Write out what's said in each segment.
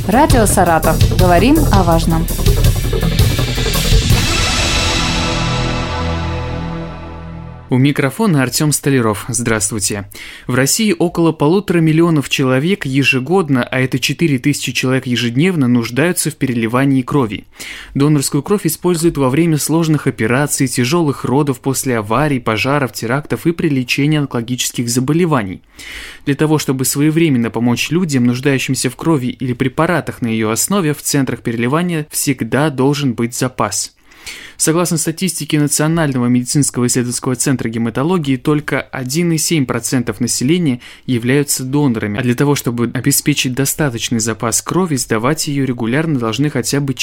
Радио «Саратов». Говорим о важном. У микрофона Артем Столяров. Здравствуйте. В России около 1,5 миллиона человек ежегодно, а это 4000 человек ежедневно, нуждаются в переливании крови. Донорскую кровь используют во время сложных операций, тяжелых родов, после аварий, пожаров, терактов и при лечении онкологических заболеваний. Для того, чтобы своевременно помочь людям, нуждающимся в крови или препаратах на ее основе, в центрах переливания всегда должен быть запас. Согласно статистике Национального медицинского исследовательского центра гематологии, только 1,7% населения являются донорами, а для того, чтобы обеспечить достаточный запас крови, сдавать ее регулярно должны хотя бы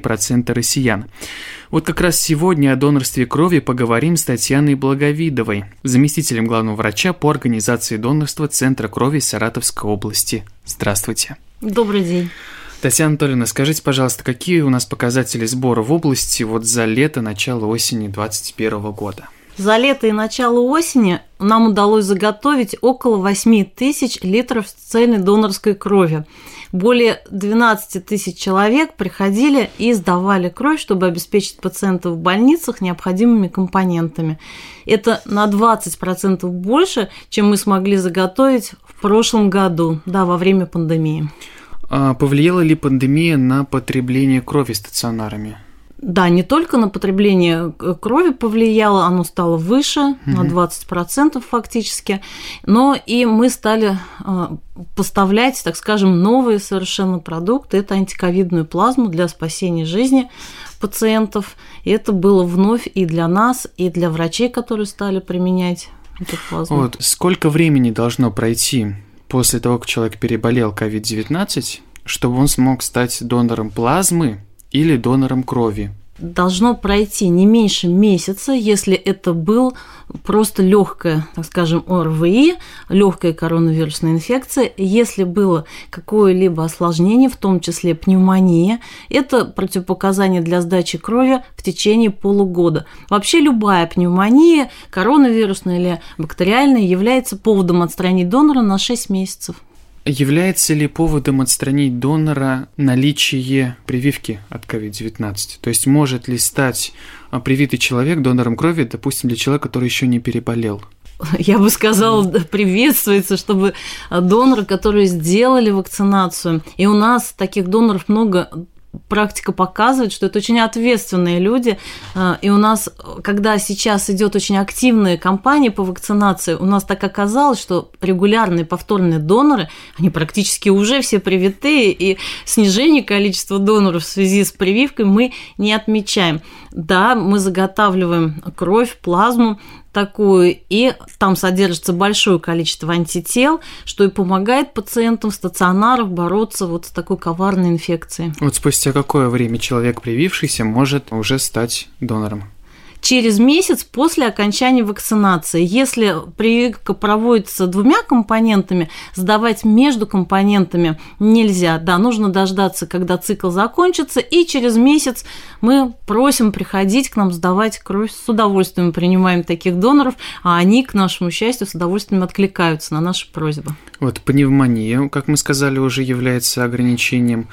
4% россиян. Вот как раз сегодня о донорстве крови поговорим с Татьяной Благовидовой, заместителем главного врача по организации донорства Центра крови Саратовской области. Здравствуйте. Добрый день. Татьяна Анатольевна, скажите, пожалуйста, какие у нас показатели сбора в области за лето, начало осени 2021 года? За лето и начало осени нам удалось заготовить около 8 тысяч литров цельной донорской крови. Более 12 тысяч человек приходили и сдавали кровь, чтобы обеспечить пациентов в больницах необходимыми компонентами. Это на 20% больше, чем мы смогли заготовить в прошлом году, во время пандемии. А повлияла ли пандемия на потребление крови стационарами? Да, не только на потребление крови повлияло, оно стало выше, на 20% фактически, но и мы стали поставлять, так скажем, новые совершенно продукты. Это антиковидную плазму для спасения жизни пациентов. И это было вновь и для нас, и для врачей, которые стали применять эту плазму. Сколько времени должно пройти после того, как человек переболел COVID-19, чтобы он смог стать донором плазмы или донором крови? Должно пройти не меньше месяца, если это был просто легкая, так скажем, ОРВИ, легкая коронавирусная инфекция. Если было какое-либо осложнение, в том числе пневмония, это противопоказание для сдачи крови в течение полугода. Вообще любая пневмония, коронавирусная или бактериальная, является поводом отстранить донора на 6 месяцев. Является ли поводом отстранить донора наличие прививки от COVID-19? То есть может ли стать привитый человек донором крови, допустим, для человека, который еще не переболел? Я бы сказала, приветствуется, чтобы доноры, которые сделали вакцинацию, и у нас таких доноров много. Практика показывает, что это очень ответственные люди, и у нас, когда сейчас идет очень активная кампания по вакцинации, у нас так оказалось, что регулярные повторные доноры, они практически уже все привитые, и снижение количества доноров в связи с прививкой мы не отмечаем. Да, мы заготавливаем кровь, плазму такую, и там содержится большое количество антител, что и помогает пациентам в стационарах бороться с такой коварной инфекцией. Спустя какое время человек, привившийся, может уже стать донором? Через месяц после окончания вакцинации. Если прививка проводится 2 компонентами, сдавать между компонентами нельзя. Да, нужно дождаться, когда цикл закончится, и через месяц мы просим приходить к нам сдавать кровь. С удовольствием принимаем таких доноров, а они, к нашему счастью, с удовольствием откликаются на наши просьбы. Пневмония, как мы сказали, уже является ограничением.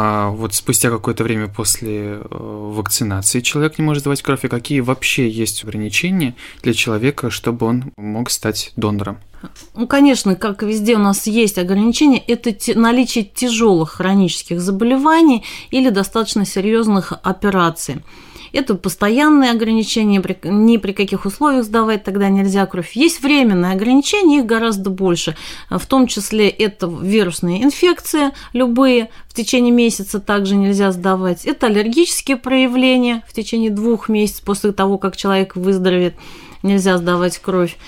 Спустя какое-то время после вакцинации человек не может сдавать кровь. И какие вообще есть ограничения для человека, чтобы он мог стать донором? Конечно, как везде у нас есть ограничения, это наличие тяжелых хронических заболеваний или достаточно серьезных операций. Это постоянные ограничения, ни при каких условиях сдавать тогда нельзя кровь. Есть временные ограничения, их гораздо больше. В том числе это вирусные инфекции, любые, в течение месяца также нельзя сдавать. Это аллергические проявления, в течение 2 месяцев после того, как человек выздоровеет, нельзя сдавать кровь.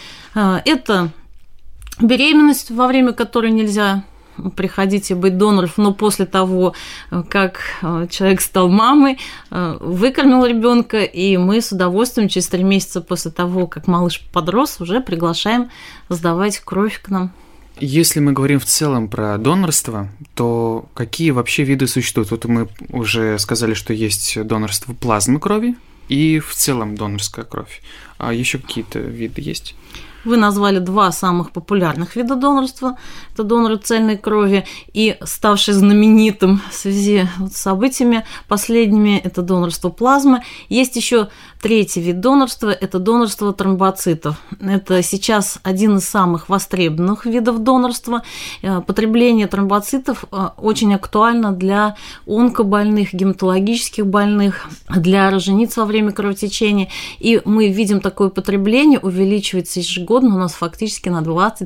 Это беременность, во время которой нельзя приходить и быть донором, но после того, как человек стал мамой, выкормил ребенка, и мы с удовольствием через 3 месяца после того, как малыш подрос, уже приглашаем сдавать кровь к нам. Если мы говорим в целом про донорство, то какие вообще виды существуют? Мы уже сказали, что есть донорство плазмы крови и в целом донорская кровь. А еще какие-то виды есть? Вы назвали два самых популярных вида донорства. Это доноры цельной крови и ставший знаменитым в связи с событиями последними – это донорство плазмы. Есть еще третий вид донорства – это донорство тромбоцитов. Это сейчас один из самых востребованных видов донорства. Потребление тромбоцитов очень актуально для онкобольных, гематологических больных, для рожениц во время кровотечения. И мы видим такое потребление увеличивается ежегодно у нас фактически на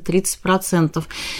20-30%.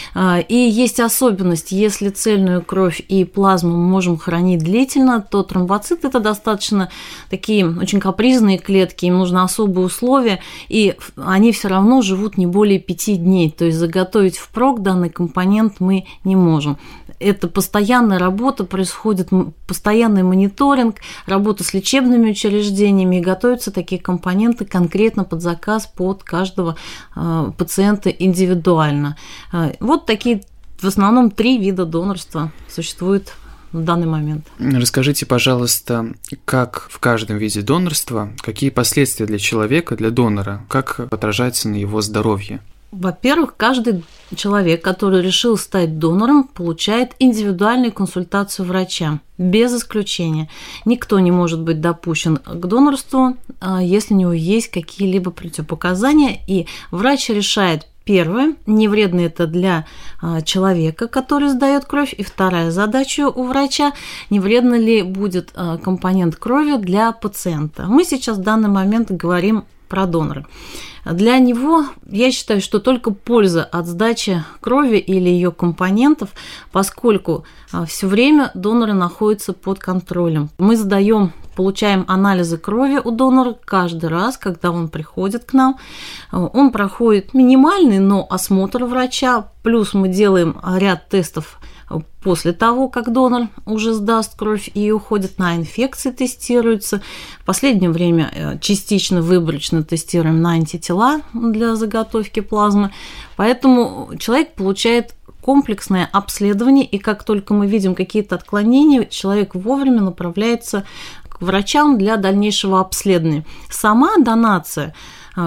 И есть особенность, если цельную кровь и плазму мы можем хранить длительно, то тромбоциты – это достаточно такие очень капризные клетки, им нужны особые условия, и они все равно живут не более 5 дней, то есть заготовить впрок данный компонент мы не можем. Это постоянная работа, происходит постоянный мониторинг, работа с лечебными учреждениями, и готовятся такие компоненты конкретно под заказ, под каждого пациента индивидуально. Вот такие в основном 3 вида донорства существуют в данный момент. Расскажите, пожалуйста, как в каждом виде донорства, какие последствия для человека, для донора, как отражается на его здоровье? Во-первых, каждый человек, который решил стать донором, получает индивидуальную консультацию врача, без исключения. Никто не может быть допущен к донорству, если у него есть какие-либо противопоказания, и врач решает, первое, не вредно это для человека, который сдает кровь, и вторая задача у врача, не вредно ли будет компонент крови для пациента. Мы сейчас в данный момент говорим про донора. Для него, я считаю, что только польза от сдачи крови или ее компонентов, поскольку все время доноры находятся под контролем. Мы получаем анализы крови у донора каждый раз, когда он приходит к нам. Он проходит минимальный, но осмотр врача, плюс мы делаем ряд тестов после того, как донор уже сдаст кровь и уходит на инфекции, тестируется. В последнее время частично выборочно тестируем на антитела для заготовки плазмы. Поэтому человек получает комплексное обследование, и как только мы видим какие-то отклонения, человек вовремя направляется к врачам для дальнейшего обследования. Сама донация,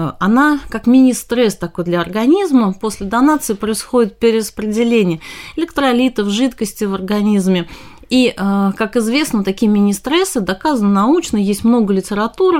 она как мини-стресс такой для организма. После донации происходит перераспределение электролитов, жидкости в организме. И, как известно, такие мини-стрессы доказаны научно, есть много литературы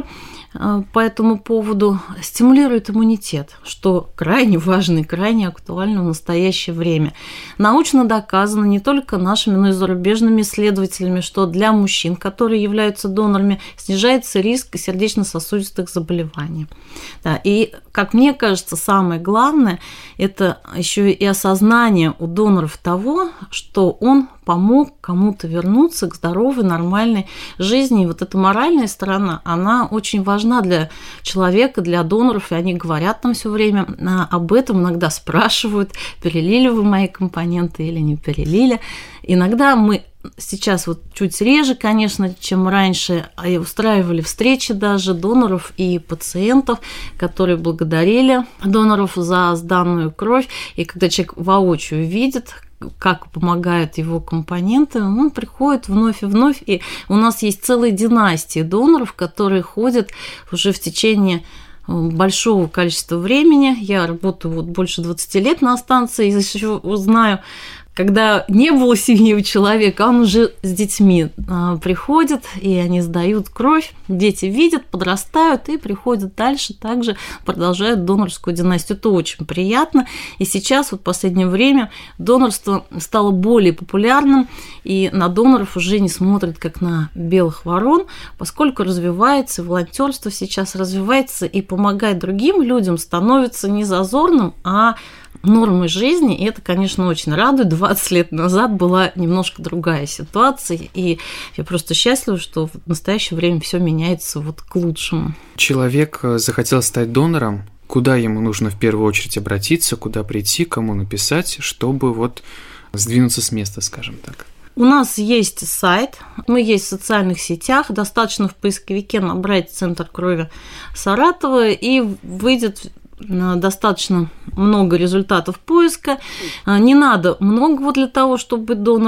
по этому поводу, стимулирует иммунитет, что крайне важно и крайне актуально в настоящее время. Научно доказано не только нашими, но и зарубежными исследователями, что для мужчин, которые являются донорами, снижается риск сердечно-сосудистых заболеваний. Да, и, как мне кажется, самое главное – это еще и осознание у доноров того, что он помог кому-то вернуться к здоровой, нормальной жизни. И вот эта моральная сторона, она очень важна для человека, для доноров, и они говорят нам все время об этом, иногда спрашивают, перелили вы мои компоненты или не перелили. Иногда мы сейчас вот чуть реже, конечно, чем раньше, устраивали встречи даже доноров и пациентов, которые благодарили доноров за сданную кровь, и когда человек воочию видит, как помогают его компоненты, он приходит вновь и вновь, и у нас есть целая династия доноров, которые ходят уже в течение большого количества времени. Я работаю вот больше 20 лет на станции, и еще знаю, когда не было семьи у человека, он уже с детьми приходит, и они сдают кровь, дети видят, подрастают и приходят дальше, также продолжают донорскую династию. Это очень приятно. И сейчас, вот в последнее время, донорство стало более популярным, и на доноров уже не смотрят как на белых ворон, поскольку развивается, волонтерство сейчас развивается, и помогать другим людям становится не зазорным, а нормой жизни, и это, конечно, очень радует. 20 лет назад была немножко другая ситуация, и я просто счастлива, что в настоящее время все меняется вот к лучшему. Человек захотел стать донором, куда ему нужно в первую очередь обратиться, куда прийти, кому написать, чтобы вот сдвинуться с места, скажем так? У нас есть сайт, мы есть в социальных сетях, достаточно в поисковике набрать «Центр крови Саратова», и выйдет достаточно много результатов поиска. Не надо многого для того, чтобы быть донором.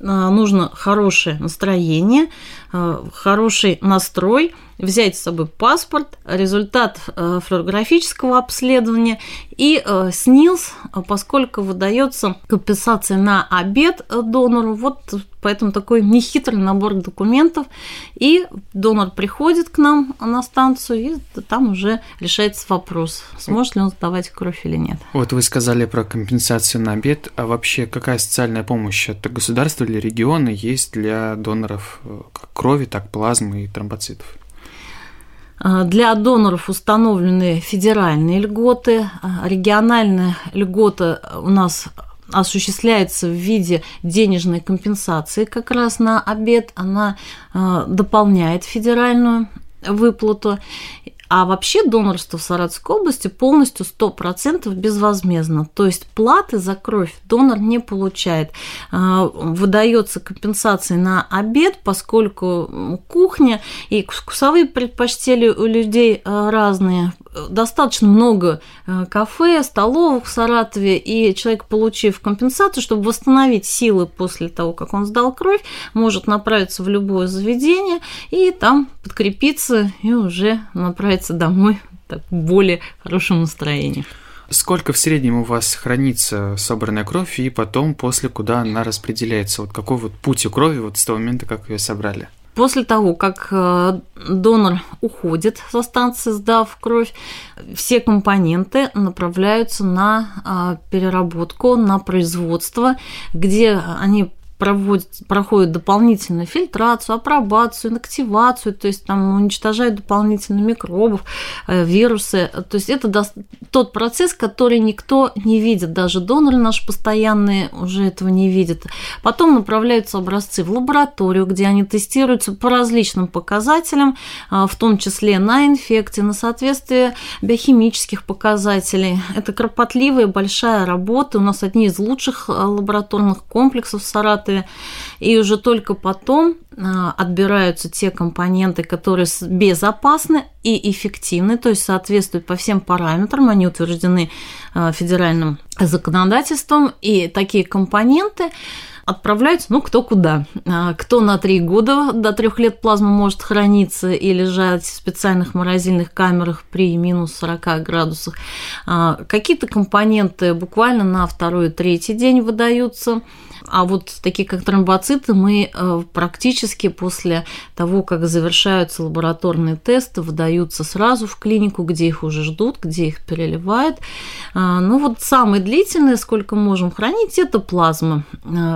нужно хорошее настроение, хороший настрой, взять с собой паспорт, результат флюорографического обследования и СНИЛС, поскольку выдается компенсация на обед донору. Вот поэтому такой нехитрый набор документов. И донор приходит к нам на станцию, и там уже решается вопрос, сможет ли он сдавать кровь или нет. Вот вы сказали про компенсацию на обед, а вообще какая социальная помощь от государства или региона есть для доноров как крови, так плазмы и тромбоцитов? Для доноров установлены федеральные льготы, региональная льгота у нас осуществляется в виде денежной компенсации как раз на обед, она дополняет федеральную выплату. А вообще донорство в Саратовской области полностью 100% безвозмездно. То есть платы за кровь донор не получает. Выдается компенсация на обед, поскольку кухня и вкусовые предпочтения у людей разные. Достаточно много кафе, столовых в Саратове, и человек, получив компенсацию, чтобы восстановить силы после того, как он сдал кровь, может направиться в любое заведение и там подкрепиться и уже направиться домой в более хорошем настроении. Сколько в среднем у вас хранится собранная кровь и потом после куда она распределяется? Вот какой вот путь у крови вот с того момента, как ее собрали? После того, как донор уходит со станции, сдав кровь, все компоненты направляются на переработку, на производство, где они проходят дополнительную фильтрацию, апробацию, инактивацию, то есть там уничтожают дополнительно микробов, вирусы. То есть это тот процесс, который никто не видит, даже доноры наши постоянные уже этого не видят. Потом направляются образцы в лабораторию, где они тестируются по различным показателям, в том числе на инфекции, на соответствие биохимических показателей. Это кропотливая большая работа, у нас одни из лучших лабораторных комплексов в Саратове. И уже только потом отбираются те компоненты, которые безопасны и эффективны, то есть соответствуют по всем параметрам, они утверждены федеральным законодательством, и такие компоненты отправляются, кто куда. Кто на 3 года, до 3 лет плазма может храниться и лежать в специальных морозильных камерах при минус 40 градусах. Какие-то компоненты буквально на 2-3 день выдаются. А вот такие как тромбоциты мы практически после того, как завершаются лабораторные тесты, выдаются сразу в клинику, где их уже ждут, где их переливают. Самое длительное, сколько можем хранить, это плазма.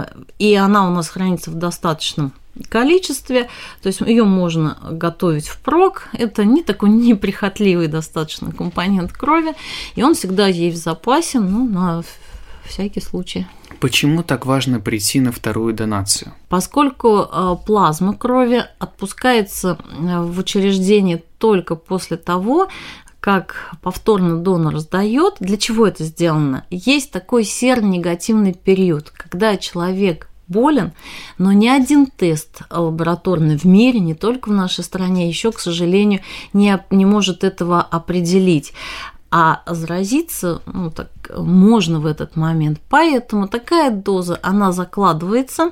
И она у нас хранится в достаточном количестве, то есть ее можно готовить впрок. Это не такой неприхотливый достаточно компонент крови, и он всегда есть в запасе, на всякий случай. Почему так важно прийти на вторую донацию? Поскольку плазма крови отпускается в учреждение только после того, как повторно донор сдает. Для чего это сделано? Есть такой серонегативный период, когда человек болен, но ни один тест лабораторный в мире, не только в нашей стране, еще, к сожалению, не может этого определить. А заразиться можно в этот момент. Поэтому такая доза, она закладывается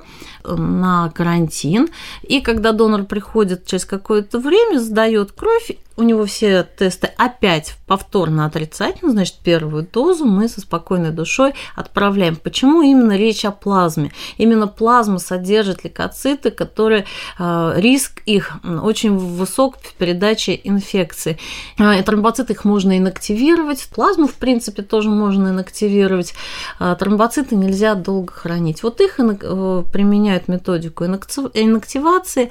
на карантин. И когда донор приходит через какое-то время, сдает кровь, у него все тесты опять повторно отрицательны, значит, первую дозу мы со спокойной душой отправляем. Почему именно речь о плазме? Именно плазма содержит лейкоциты, которые риск их очень высок в передаче инфекции. Тромбоциты их можно инактивировать, плазму, в принципе, тоже можно инактивировать. Тромбоциты нельзя долго хранить. Вот их применяют методику инактивации,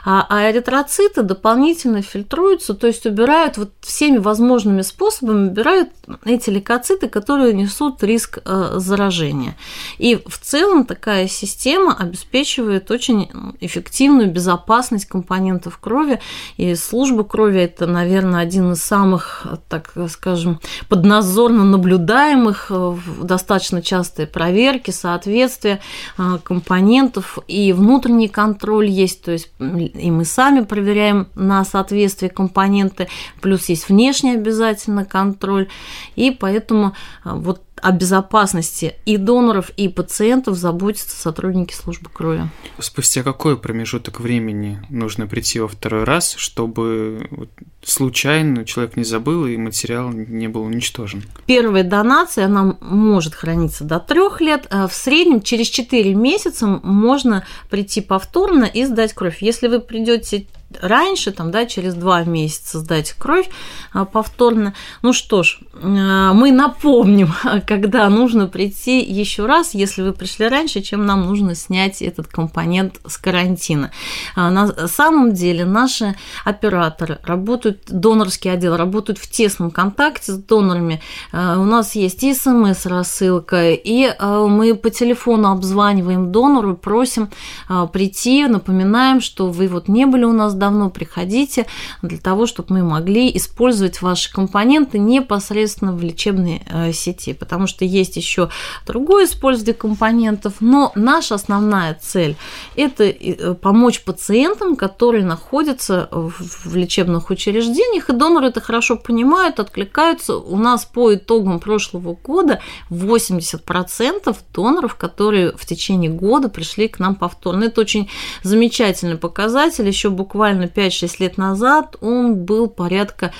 а эритроциты дополнительно фильтруются, то есть убирают всеми возможными способами, убирают эти лейкоциты, которые несут риск заражения. И в целом такая система обеспечивает очень эффективную безопасность компонентов крови, и служба крови – это, наверное, один из самых, так скажем, поднадзорно наблюдаемых, достаточно частые проверки, соответствие компонентов, и внутренний контроль есть, то есть и мы сами проверяем на соответствие компоненты, плюс есть внешний обязательно контроль, и поэтому о безопасности и доноров, и пациентов заботятся сотрудники службы крови. Спустя какой промежуток времени нужно прийти во второй раз, чтобы случайно человек не забыл и материал не был уничтожен? Первая донация, она может храниться до 3 лет. В среднем через 4 месяца можно прийти повторно и сдать кровь. Если вы придете раньше, через 2 месяца сдать кровь повторно. Ну что ж, мы напомним, когда нужно прийти еще раз, если вы пришли раньше, чем нам нужно снять этот компонент с карантина. На самом деле наши операторы работают, донорский отдел, работают в тесном контакте с донорами. У нас есть и СМС-рассылка, и мы по телефону обзваниваем донору, просим прийти, напоминаем, что вы не были у нас давно, приходите, для того, чтобы мы могли использовать ваши компоненты непосредственно в лечебной сети, потому что есть еще другое использование компонентов, но наша основная цель – это помочь пациентам, которые находятся в лечебных учреждениях, и доноры это хорошо понимают, откликаются. У нас по итогам прошлого года 80% доноров, которые в течение года пришли к нам повторно. Это очень замечательный показатель. Еще буквально 5-6 лет назад он был порядка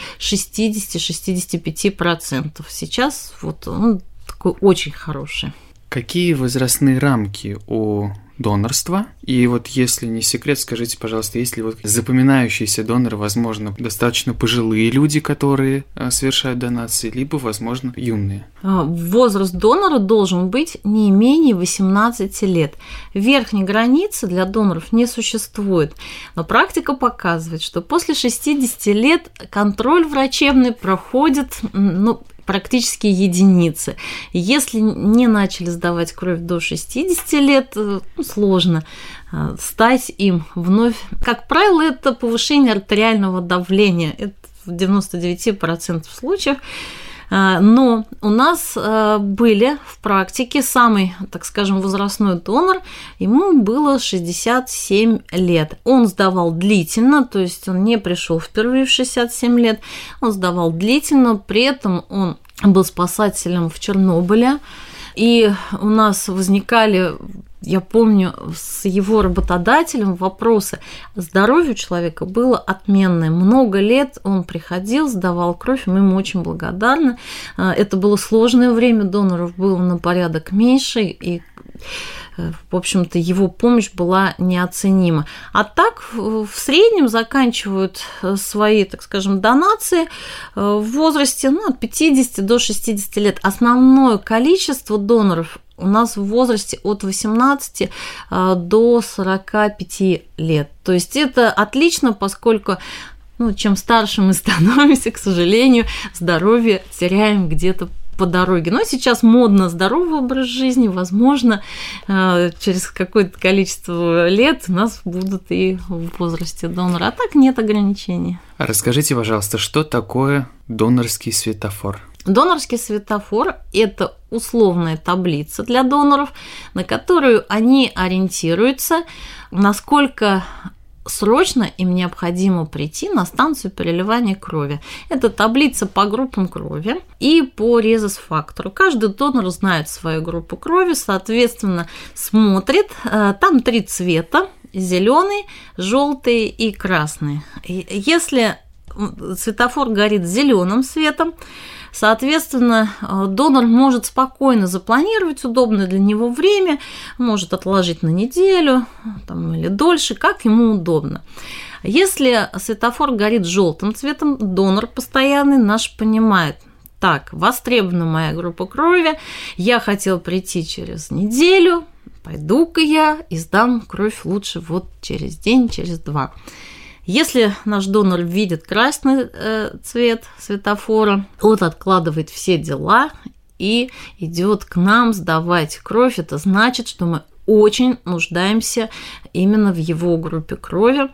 60-65%. Сейчас он такой очень хороший. Какие возрастные рамки у донорства? И если не секрет, скажите, пожалуйста, есть ли запоминающиеся доноры, возможно, достаточно пожилые люди, которые совершают донации, либо, возможно, юные? Возраст донора должен быть не менее 18 лет. Верхней границы для доноров не существует. Но практика показывает, что после 60 лет контроль врачебный проходит, практически единицы. Если не начали сдавать кровь до 60 лет, сложно стать им вновь. Как правило, это повышение артериального давления. Это в 99% случаев. Но у нас были в практике самый, так скажем, возрастной донор, ему было 67 лет. Он сдавал длительно, то есть он не пришел впервые в 67 лет, он сдавал длительно, при этом он был спасателем в Чернобыле, и у нас возникали, я помню, с его работодателем вопросы. Здоровье у человека было отменное. Много лет он приходил, сдавал кровь, и мы ему очень благодарны. Это было сложное время, доноров было на порядок меньше, и, в общем-то, его помощь была неоценима. А так, в среднем заканчивают свои, так скажем, донации в возрасте от 50 до 60 лет. Основное количество доноров у нас в возрасте от 18 до 45 лет. То есть это отлично, поскольку чем старше мы становимся, к сожалению, здоровье теряем где-то по дороге. Но сейчас модно здоровый образ жизни, возможно, через какое-то количество лет у нас будут и в возрасте донора. А так нет ограничений. Расскажите, пожалуйста, что такое донорский светофор? Донорский светофор – это условная таблица для доноров, на которую они ориентируются, насколько срочно им необходимо прийти на станцию переливания крови. Это таблица по группам крови и по резус-фактору. Каждый донор знает свою группу крови, соответственно, смотрит. Там 3 цвета – зеленый, желтый и красный. Если светофор горит зеленым светом, соответственно, донор может спокойно запланировать удобное для него время, может отложить на неделю или дольше, как ему удобно. Если светофор горит желтым цветом, донор постоянный наш понимает: так, востребована моя группа крови, я хотел прийти через неделю, пойду-ка я и сдам кровь лучше через день, через 2. Если наш донор видит красный цвет светофора, он откладывает все дела и идет к нам сдавать кровь. Это значит, что мы очень нуждаемся именно в его группе крови.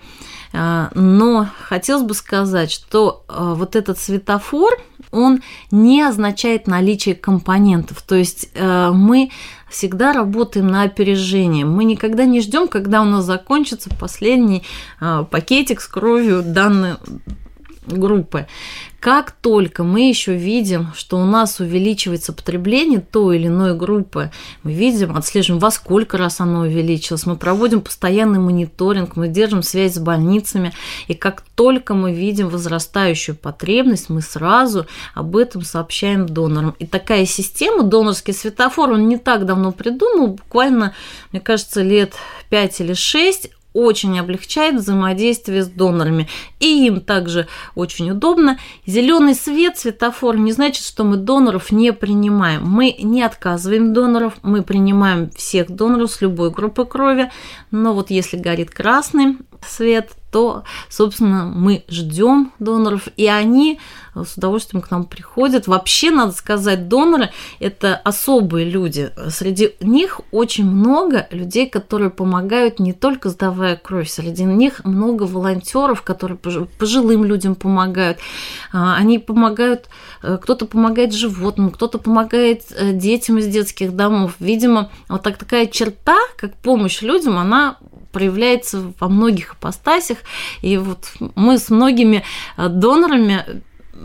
Но хотелось бы сказать, что этот светофор, он не означает наличие компонентов. То есть мы всегда работаем на опережение. Мы никогда не ждем, когда у нас закончится последний пакетик с кровью группы. Как только мы еще видим, что у нас увеличивается потребление той или иной группы, мы видим, отслеживаем, во сколько раз оно увеличилось, мы проводим постоянный мониторинг, мы держим связь с больницами, и как только мы видим возрастающую потребность, мы сразу об этом сообщаем донорам. И такая система, донорский светофор, он не так давно придумал, буквально, мне кажется, лет 5 или 6, очень облегчает взаимодействие с донорами. И им также очень удобно. Зеленый свет, светофор, не значит, что мы доноров не принимаем. Мы не отказываем доноров, мы принимаем всех доноров с любой группы крови. Но вот если горит красный свет, то, собственно, мы ждем доноров, и они с удовольствием к нам приходят. Вообще, надо сказать, доноры – это особые люди. Среди них очень много людей, которые помогают не только сдавая кровь, среди них много волонтеров, которые пожилым людям помогают. Они помогают, кто-то помогает животным, кто-то помогает детям из детских домов. Видимо, вот такая черта, как помощь людям, она проявляется во многих ипостасях. И вот мы с многими донорами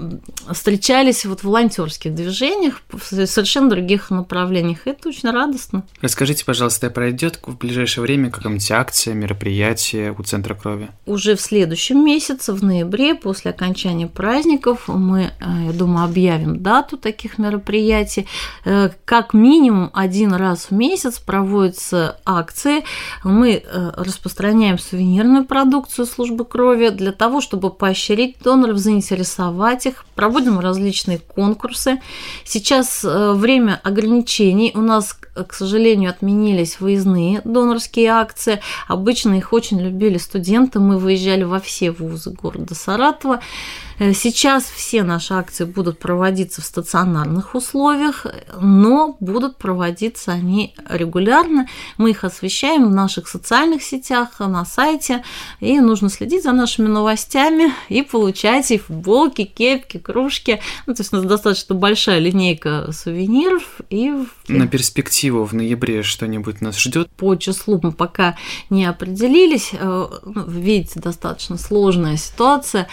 встречались вот в волонтерских движениях в совершенно других направлениях. Это очень радостно. Расскажите, пожалуйста, пройдет в ближайшее время какая-нибудь акция, мероприятие у Центра крови? Уже в следующем месяце, в ноябре, после окончания праздников, мы, я думаю, объявим дату таких мероприятий. Как минимум один раз в месяц проводятся акции. Мы распространяем сувенирную продукцию службы крови для того, чтобы поощрить доноров, заинтересовать их, проводим различные конкурсы. Сейчас время ограничений. У нас, к сожалению, отменились выездные донорские акции. Обычно их очень любили студенты. Мы выезжали во все вузы города Саратова. Сейчас все наши акции будут проводиться в стационарных условиях, но будут проводиться они регулярно. Мы их освещаем в наших социальных сетях, на сайте, и нужно следить за нашими новостями и получать и футболки, кепки, кружки. То есть у нас достаточно большая линейка сувениров. И на перспективу в ноябре что-нибудь нас ждет? По числу мы пока не определились. Видите, достаточно сложная ситуация.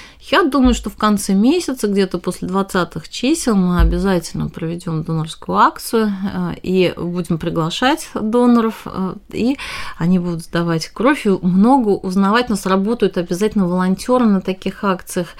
Я думаю, что в конце месяца, где-то после 20-х чисел, мы обязательно проведем донорскую акцию и будем приглашать доноров, и они будут сдавать кровь и много узнавать. У нас работают обязательно волонтеры на таких акциях.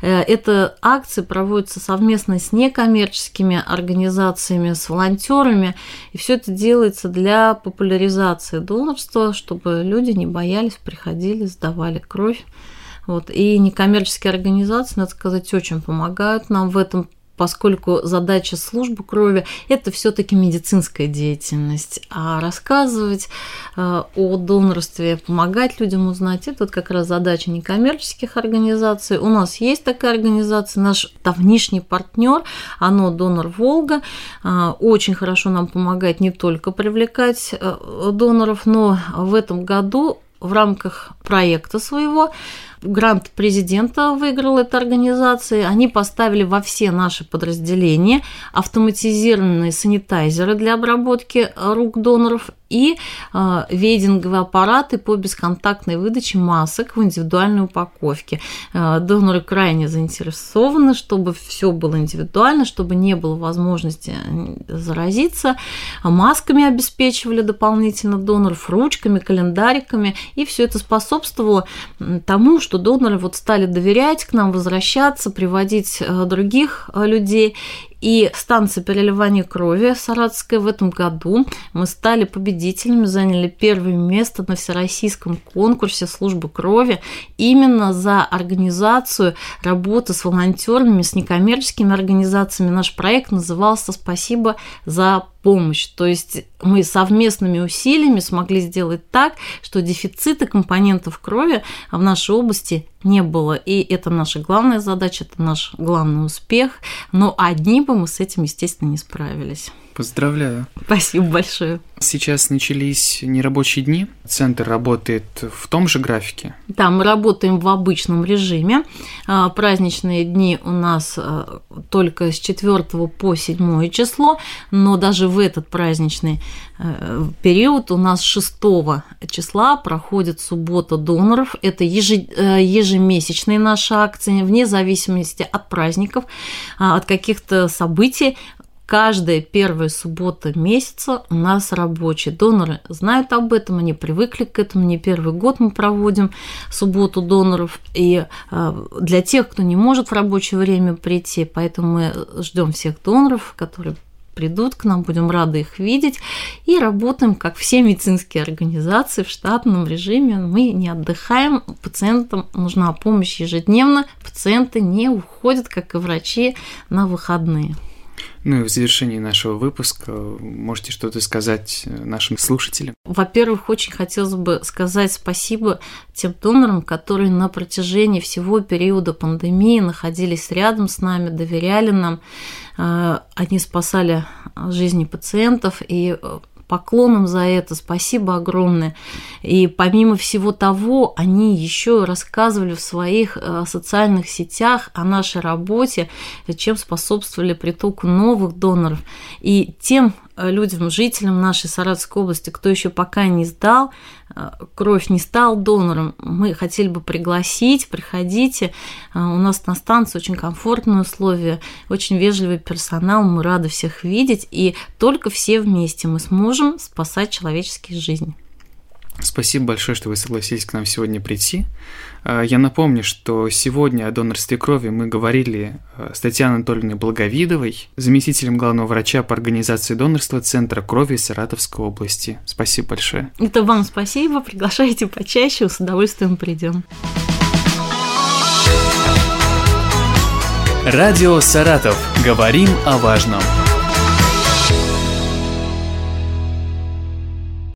Эта акция проводится совместно с некоммерческими организациями, с волонтерами, и все это делается для популяризации донорства, чтобы люди не боялись, приходили, сдавали кровь. Вот. И некоммерческие организации, надо сказать, очень помогают нам в этом, поскольку задача службы крови – это все-таки медицинская деятельность, а рассказывать о донорстве, помогать людям узнать – это вот как раз задача некоммерческих организаций. У нас есть такая организация, наш давнишний партнер, оно «Донор Волга», очень хорошо нам помогает не только привлекать доноров, но в этом году в рамках проекта своего грант президента выиграла эта организация. Они поставили во все наши подразделения автоматизированные санитайзеры для обработки рук доноров и вейдинговые аппараты по бесконтактной выдаче масок в индивидуальной упаковке. Доноры крайне заинтересованы, чтобы все было индивидуально, чтобы не было возможности заразиться. Масками обеспечивали дополнительно доноров, ручками, календариками, и все это способствовало тому, что доноры вот стали доверять к нам, возвращаться, приводить других людей. И станция переливания крови Саратовская в этом году мы стали победителями, заняли первое место на всероссийском конкурсе службы крови именно за организацию работы с волонтерами, с некоммерческими организациями. Наш проект назывался «Спасибо за помощь». То есть мы совместными усилиями смогли сделать так, что дефицита компонентов крови в нашей области не было. И это наша главная задача, это наш главный успех. Но одни бы мы с этим, естественно, не справились. Поздравляю. Спасибо большое. Сейчас начались нерабочие дни. Центр работает в том же графике? Да, мы работаем в обычном режиме. Праздничные дни у нас только с 4 по 7 число, но даже в этот праздничный период у нас 6 числа проходит суббота доноров. Это ежемесячные наши акции, вне зависимости от праздников, от каких-то событий. Каждая первая суббота месяца у нас рабочие. Доноры знают об этом, они привыкли к этому. Не первый год мы проводим субботу доноров. И для тех, кто не может в рабочее время прийти, поэтому мы ждем всех доноров, которые придут к нам, будем рады их видеть. И работаем, как все медицинские организации, в штатном режиме. Мы не отдыхаем, пациентам нужна помощь ежедневно. Пациенты не уходят, как и врачи, на выходные. Ну и в завершении нашего выпуска можете что-то сказать нашим слушателям? Во-первых, очень хотелось бы сказать спасибо тем донорам, которые на протяжении всего периода пандемии находились рядом с нами, доверяли нам. Они спасали жизни пациентов, и поклон им за это, спасибо огромное. И помимо всего того, они еще рассказывали в своих социальных сетях о нашей работе, чем способствовали притоку новых доноров. И тем людям, жителям нашей Саратовской области, кто еще пока не сдал кровь, не стал донором, мы хотели бы пригласить, приходите. У нас на станции очень комфортные условия, очень вежливый персонал, мы рады всех видеть, и только все вместе мы сможем спасать человеческие жизни. Спасибо большое, что вы согласились к нам сегодня прийти. Я напомню, что сегодня о донорстве крови мы говорили с Татьяной Анатольевной Благовидовой, заместителем главного врача по организации донорства Центра крови Саратовской области. Спасибо большое. Это вам спасибо, приглашайте почаще, с удовольствием придем. Радио Саратов. Говорим о важном.